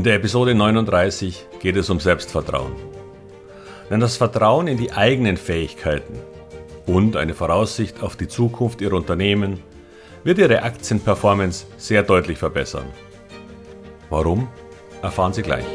der Episode 39 geht es um Selbstvertrauen. Denn das Vertrauen in die eigenen Fähigkeiten und eine Voraussicht auf die Zukunft Ihrer Unternehmen wird Ihre Aktienperformance sehr deutlich verbessern. Warum? Erfahren Sie gleich.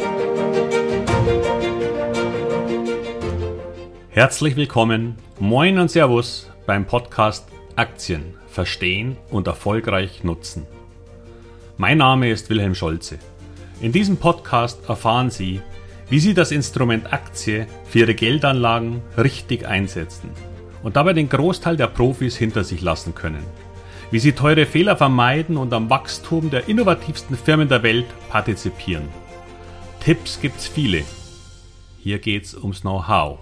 Herzlich willkommen, moin und Servus beim Podcast Aktien verstehen und erfolgreich nutzen. Mein Name ist Wilhelm Scholze. In diesem Podcast erfahren Sie, wie Sie das Instrument Aktie für Ihre Geldanlagen richtig einsetzen und dabei den Großteil der Profis hinter sich lassen können. Wie Sie teure Fehler vermeiden und am Wachstum der innovativsten Firmen der Welt partizipieren. Tipps gibt's viele. Hier geht's ums Know-how.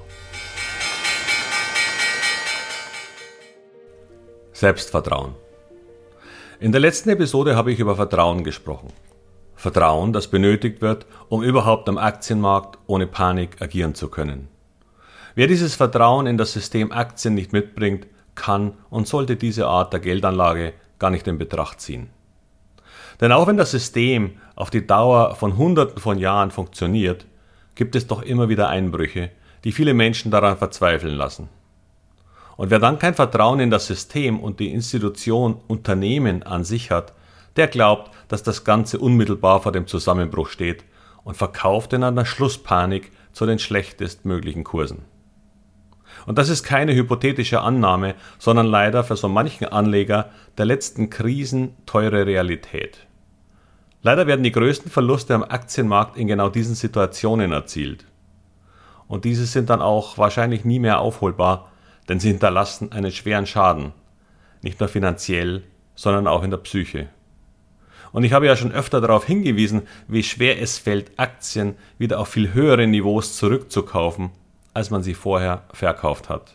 Selbstvertrauen. In der letzten Episode habe ich über Vertrauen gesprochen. Vertrauen, das benötigt wird, um überhaupt am Aktienmarkt ohne Panik agieren zu können. Wer dieses Vertrauen in das System Aktien nicht mitbringt, kann und sollte diese Art der Geldanlage gar nicht in Betracht ziehen. Denn auch wenn das System auf die Dauer von Hunderten von Jahren funktioniert, gibt es doch immer wieder Einbrüche, die viele Menschen daran verzweifeln lassen. Und wer dann kein Vertrauen in das System und die Institution Unternehmen an sich hat, der glaubt, dass das Ganze unmittelbar vor dem Zusammenbruch steht und verkauft in einer Schlusspanik zu den schlechtestmöglichen Kursen. Und das ist keine hypothetische Annahme, sondern leider für so manchen Anleger der letzten Krisen teure Realität. Leider werden die größten Verluste am Aktienmarkt in genau diesen Situationen erzielt. Und diese sind dann auch wahrscheinlich nie mehr aufholbar, denn sie hinterlassen einen schweren Schaden, nicht nur finanziell, sondern auch in der Psyche. Und ich habe ja schon öfter darauf hingewiesen, wie schwer es fällt, Aktien wieder auf viel höhere Niveaus zurückzukaufen, als man sie vorher verkauft hat.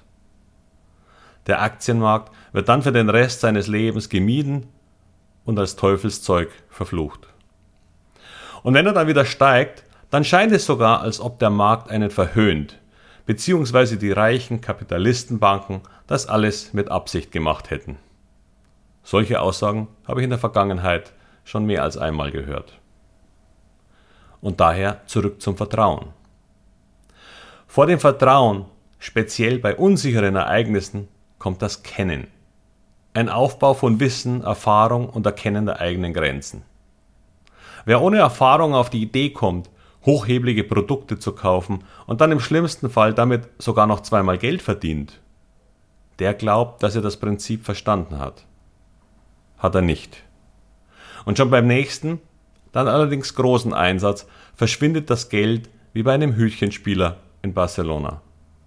Der Aktienmarkt wird dann für den Rest seines Lebens gemieden und als Teufelszeug verflucht. Und wenn er dann wieder steigt, dann scheint es sogar, als ob der Markt einen verhöhnt, beziehungsweise die reichen Kapitalistenbanken das alles mit Absicht gemacht hätten. Solche Aussagen habe ich in der Vergangenheit schon mehr als einmal gehört. Und daher zurück zum Vertrauen. Vor dem Vertrauen, speziell bei unsicheren Ereignissen, kommt das Kennen. Ein Aufbau von Wissen, Erfahrung und Erkennen der eigenen Grenzen. Wer ohne Erfahrung auf die Idee kommt, hochheblige Produkte zu kaufen und dann im schlimmsten Fall damit sogar noch zweimal Geld verdient, der glaubt, dass er das Prinzip verstanden hat. Hat er nicht. Und schon beim nächsten, dann allerdings großen Einsatz, verschwindet das Geld wie bei einem Hütchenspieler in Barcelona.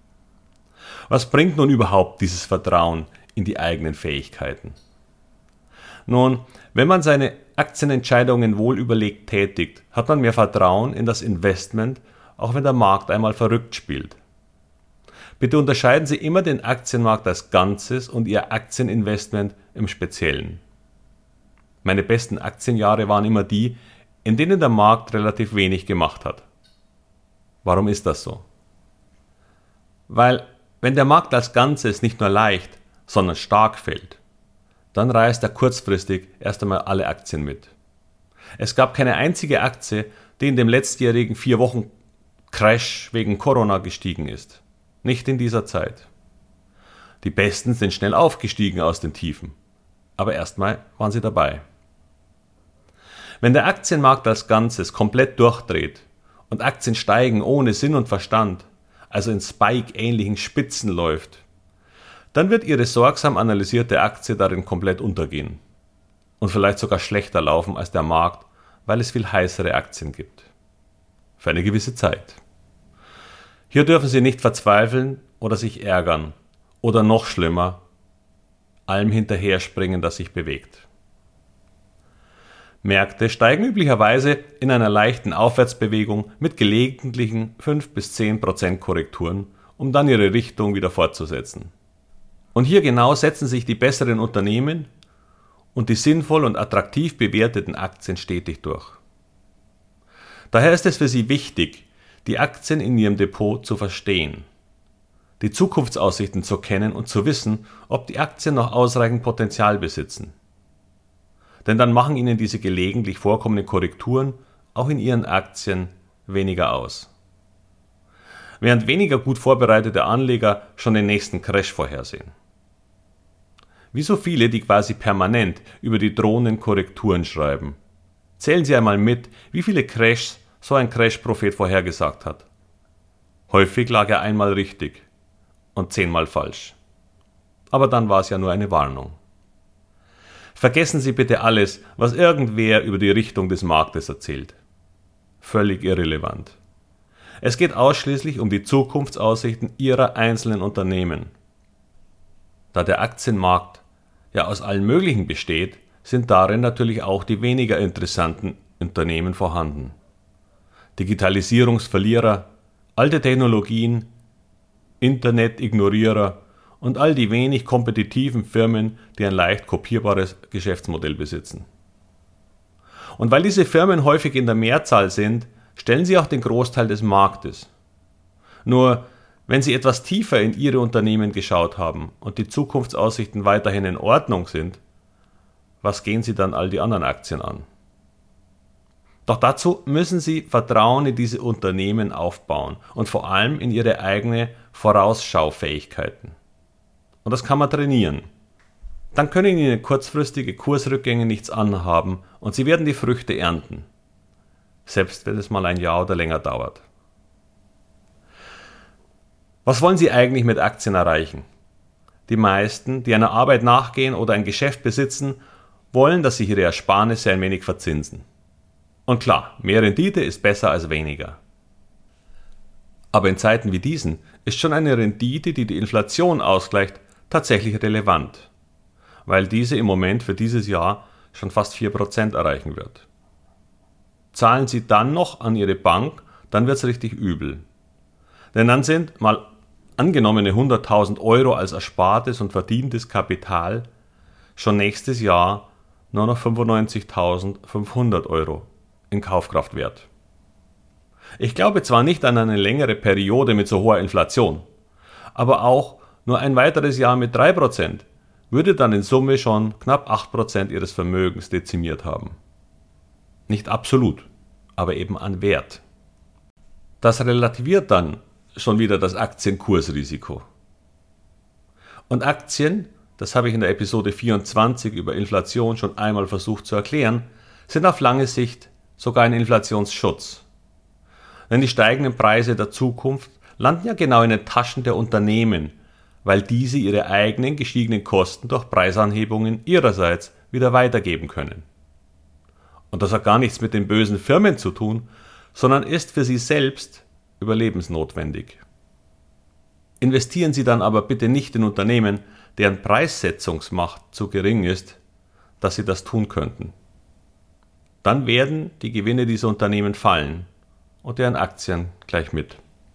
Was bringt nun überhaupt dieses Vertrauen in die eigenen Fähigkeiten? Nun, wenn man seine Aktienentscheidungen wohl überlegt tätigt, hat man mehr Vertrauen in das Investment, auch wenn der Markt einmal verrückt spielt. Bitte unterscheiden Sie immer den Aktienmarkt als Ganzes und Ihr Aktieninvestment im Speziellen. Meine besten Aktienjahre waren immer die, in denen der Markt relativ wenig gemacht hat. Warum ist das so? Weil, wenn der Markt als Ganzes nicht nur leicht, sondern stark fällt, dann reißt er kurzfristig erst einmal alle Aktien mit. Es gab keine einzige Aktie, die in dem letztjährigen 4-Wochen-Crash wegen Corona gestiegen ist. Nicht in dieser Zeit. Die Besten sind schnell aufgestiegen aus den Tiefen, aber erstmal waren sie dabei. Wenn der Aktienmarkt als Ganzes komplett durchdreht und Aktien steigen ohne Sinn und Verstand, also in Spike-ähnlichen Spitzen läuft, dann wird Ihre sorgsam analysierte Aktie darin komplett untergehen und vielleicht sogar schlechter laufen als der Markt, weil es viel heißere Aktien gibt. Für eine gewisse Zeit. Hier dürfen Sie nicht verzweifeln oder sich ärgern oder noch schlimmer, allem hinterher springen, das sich bewegt. Märkte steigen üblicherweise in einer leichten Aufwärtsbewegung mit gelegentlichen 5-10% Korrekturen, um dann ihre Richtung wieder fortzusetzen. Und hier genau setzen sich die besseren Unternehmen und die sinnvoll und attraktiv bewerteten Aktien stetig durch. Daher ist es für Sie wichtig, die Aktien in Ihrem Depot zu verstehen, die Zukunftsaussichten zu kennen und zu wissen, ob die Aktien noch ausreichend Potenzial besitzen. Denn dann machen Ihnen diese gelegentlich vorkommenden Korrekturen auch in ihren Aktien weniger aus. Während weniger gut vorbereitete Anleger schon den nächsten Crash vorhersehen. Wie so viele, die quasi permanent über die drohenden Korrekturen schreiben. Zählen Sie einmal mit, wie viele Crashs so ein Crash-Prophet vorhergesagt hat. Häufig lag er einmal richtig und 10-mal falsch. Aber dann war es ja nur eine Warnung. Vergessen Sie bitte alles, was irgendwer über die Richtung des Marktes erzählt. Völlig irrelevant. Es geht ausschließlich um die Zukunftsaussichten Ihrer einzelnen Unternehmen. Da der Aktienmarkt ja aus allen möglichen besteht, sind darin natürlich auch die weniger interessanten Unternehmen vorhanden. Digitalisierungsverlierer, alte Technologien, Internet-Ignorierer und all die wenig kompetitiven Firmen, die ein leicht kopierbares Geschäftsmodell besitzen. Und weil diese Firmen häufig in der Mehrzahl sind, stellen sie auch den Großteil des Marktes. Nur, wenn Sie etwas tiefer in Ihre Unternehmen geschaut haben und die Zukunftsaussichten weiterhin in Ordnung sind, was gehen Sie dann all die anderen Aktien an? Doch dazu müssen Sie Vertrauen in diese Unternehmen aufbauen und vor allem in Ihre eigene Vorausschaufähigkeiten. Und das kann man trainieren. Dann können Ihnen kurzfristige Kursrückgänge nichts anhaben und Sie werden die Früchte ernten. Selbst wenn es mal ein Jahr oder länger dauert. Was wollen Sie eigentlich mit Aktien erreichen? Die meisten, die einer Arbeit nachgehen oder ein Geschäft besitzen, wollen, dass sich ihre Ersparnisse ein wenig verzinsen. Und klar, mehr Rendite ist besser als weniger. Aber in Zeiten wie diesen ist schon eine Rendite, die die Inflation ausgleicht, tatsächlich relevant, weil diese im Moment für dieses Jahr schon fast 4% erreichen wird. Zahlen Sie dann noch an Ihre Bank, dann wird es richtig übel. Denn dann sind mal angenommene 100.000 Euro als erspartes und verdientes Kapital schon nächstes Jahr nur noch 95.500 Euro in Kaufkraft wert. Ich glaube zwar nicht an eine längere Periode mit so hoher Inflation, aber auch nur ein weiteres Jahr mit 3% würde dann in Summe schon knapp 8% Ihres Vermögens dezimiert haben. Nicht absolut, aber eben an Wert. Das relativiert dann schon wieder das Aktienkursrisiko. Und Aktien, das habe ich in der Episode 24 über Inflation schon einmal versucht zu erklären, sind auf lange Sicht sogar ein Inflationsschutz. Denn die steigenden Preise der Zukunft landen ja genau in den Taschen der Unternehmen, weil diese ihre eigenen gestiegenen Kosten durch Preisanhebungen ihrerseits wieder weitergeben können. Und das hat gar nichts mit den bösen Firmen zu tun, sondern ist für sie selbst überlebensnotwendig. Investieren Sie dann aber bitte nicht in Unternehmen, deren Preissetzungsmacht zu gering ist, dass Sie das tun könnten. Dann werden die Gewinne dieser Unternehmen fallen und deren Aktien gleich mit.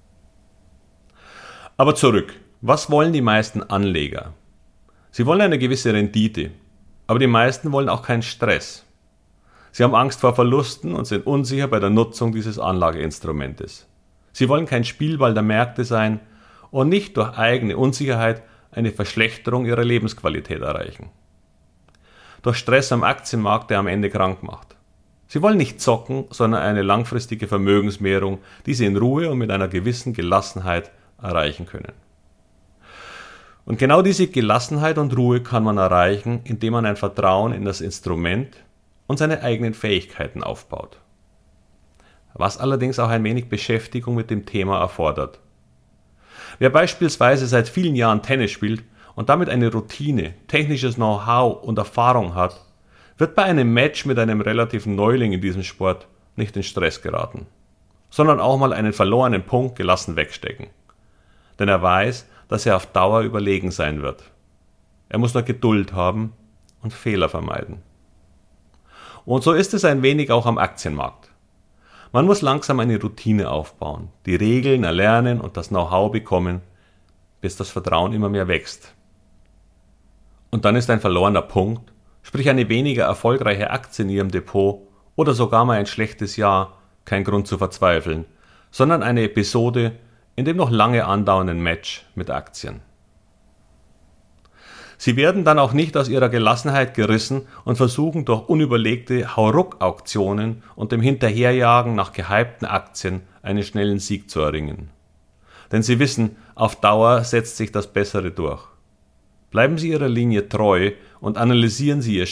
Aber zurück, was wollen die meisten Anleger? Sie wollen eine gewisse Rendite, aber die meisten wollen auch keinen Stress. Sie haben Angst vor Verlusten und sind unsicher bei der Nutzung dieses Anlageinstrumentes. Sie wollen kein Spielball der Märkte sein und nicht durch eigene Unsicherheit eine Verschlechterung ihrer Lebensqualität erreichen. Durch Stress am Aktienmarkt, der am Ende krank macht. Sie wollen nicht zocken, sondern eine langfristige Vermögensmehrung, die sie in Ruhe und mit einer gewissen Gelassenheit erreichen können. Und genau diese Gelassenheit und Ruhe kann man erreichen, indem man ein Vertrauen in das Instrument und seine eigenen Fähigkeiten aufbaut. Was allerdings auch ein wenig Beschäftigung mit dem Thema erfordert. Wer beispielsweise seit vielen Jahren Tennis spielt und damit eine Routine, technisches Know-how und Erfahrung hat, wird bei einem Match mit einem relativen Neuling in diesem Sport nicht in Stress geraten, sondern auch mal einen verlorenen Punkt gelassen wegstecken. Denn er weiß, dass er auf Dauer überlegen sein wird. Er muss nur Geduld haben und Fehler vermeiden. Und so ist es ein wenig auch am Aktienmarkt. Man muss langsam eine Routine aufbauen, die Regeln erlernen und das Know-how bekommen, bis das Vertrauen immer mehr wächst. Und dann ist ein verlorener Punkt, sprich eine weniger erfolgreiche Aktie in Ihrem Depot oder sogar mal ein schlechtes Jahr, kein Grund zu verzweifeln, sondern eine Episode in dem noch lange andauernden Match mit Aktien. Sie werden dann auch nicht aus ihrer Gelassenheit gerissen und versuchen durch unüberlegte Hauruck-Auktionen und dem Hinterherjagen nach gehypten Aktien einen schnellen Sieg zu erringen. Denn sie wissen, auf Dauer setzt sich das Bessere durch. Bleiben Sie Ihrer Linie treu und analysieren Sie Ihr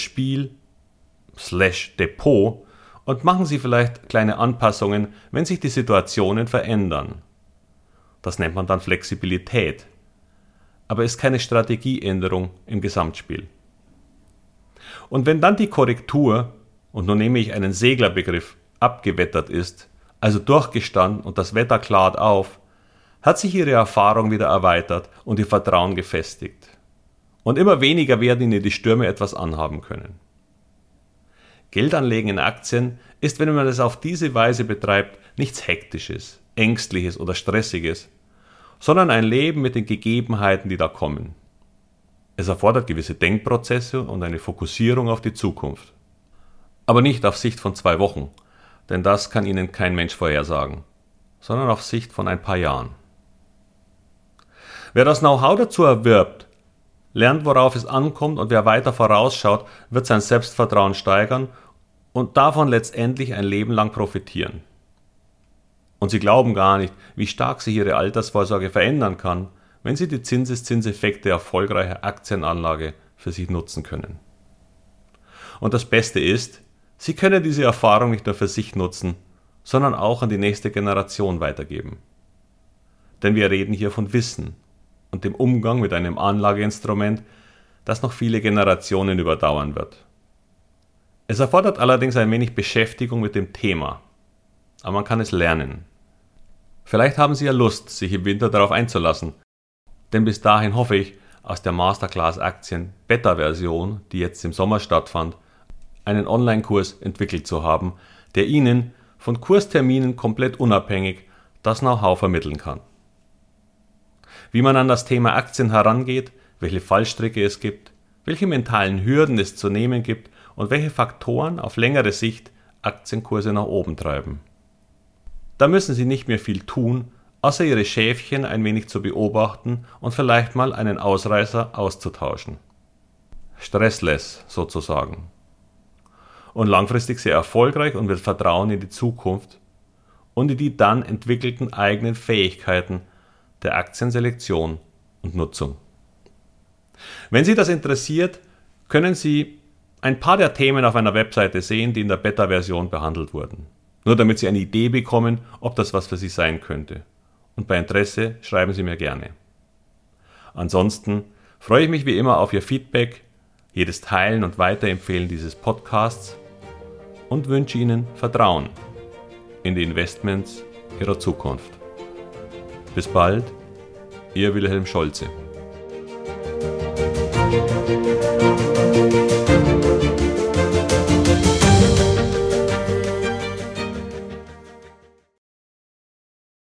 Spiel/Depot und machen Sie vielleicht kleine Anpassungen, wenn sich die Situationen verändern. Das nennt man dann Flexibilität, aber ist keine Strategieänderung im Gesamtspiel. Und wenn dann die Korrektur, und nun nehme ich einen Seglerbegriff, abgewettert ist, also durchgestanden und das Wetter klart auf, hat sich Ihre Erfahrung wieder erweitert und Ihr Vertrauen gefestigt. Und immer weniger werden Ihnen die Stürme etwas anhaben können. Geldanlegen in Aktien ist, wenn man es auf diese Weise betreibt, nichts Hektisches, Ängstliches oder Stressiges, sondern ein Leben mit den Gegebenheiten, die da kommen. Es erfordert gewisse Denkprozesse und eine Fokussierung auf die Zukunft. Aber nicht auf Sicht von 2 Wochen, denn das kann Ihnen kein Mensch vorhersagen, sondern auf Sicht von ein paar Jahren. Wer das Know-how dazu erwirbt, lernt, worauf es ankommt, und wer weiter vorausschaut, wird sein Selbstvertrauen steigern und davon letztendlich ein Leben lang profitieren. Und Sie glauben gar nicht, wie stark sich Ihre Altersvorsorge verändern kann, wenn Sie die Zinseszinseffekte erfolgreicher Aktienanlage für sich nutzen können. Und das Beste ist, Sie können diese Erfahrung nicht nur für sich nutzen, sondern auch an die nächste Generation weitergeben. Denn wir reden hier von Wissen und dem Umgang mit einem Anlageinstrument, das noch viele Generationen überdauern wird. Es erfordert allerdings ein wenig Beschäftigung mit dem Thema, aber man kann es lernen. Vielleicht haben Sie ja Lust, sich im Winter darauf einzulassen, denn bis dahin hoffe ich, aus der Masterclass Aktien Beta-Version, die jetzt im Sommer stattfand, einen Online-Kurs entwickelt zu haben, der Ihnen von Kursterminen komplett unabhängig das Know-how vermitteln kann. Wie man an das Thema Aktien herangeht, welche Fallstricke es gibt, welche mentalen Hürden es zu nehmen gibt und welche Faktoren auf längere Sicht Aktienkurse nach oben treiben. Da müssen Sie nicht mehr viel tun, außer Ihre Schäfchen ein wenig zu beobachten und vielleicht mal einen Ausreißer auszutauschen. Stressless sozusagen. Und langfristig sehr erfolgreich und mit Vertrauen in die Zukunft und in die dann entwickelten eigenen Fähigkeiten der Aktienselektion und Nutzung. Wenn Sie das interessiert, können Sie ein paar der Themen auf einer Webseite sehen, die in der Beta-Version behandelt wurden. Nur damit Sie eine Idee bekommen, ob das was für Sie sein könnte. Und bei Interesse schreiben Sie mir gerne. Ansonsten freue ich mich wie immer auf Ihr Feedback, jedes Teilen und Weiterempfehlen dieses Podcasts und wünsche Ihnen Vertrauen in die Investments Ihrer Zukunft. Bis bald, Ihr Wilhelm Scholze.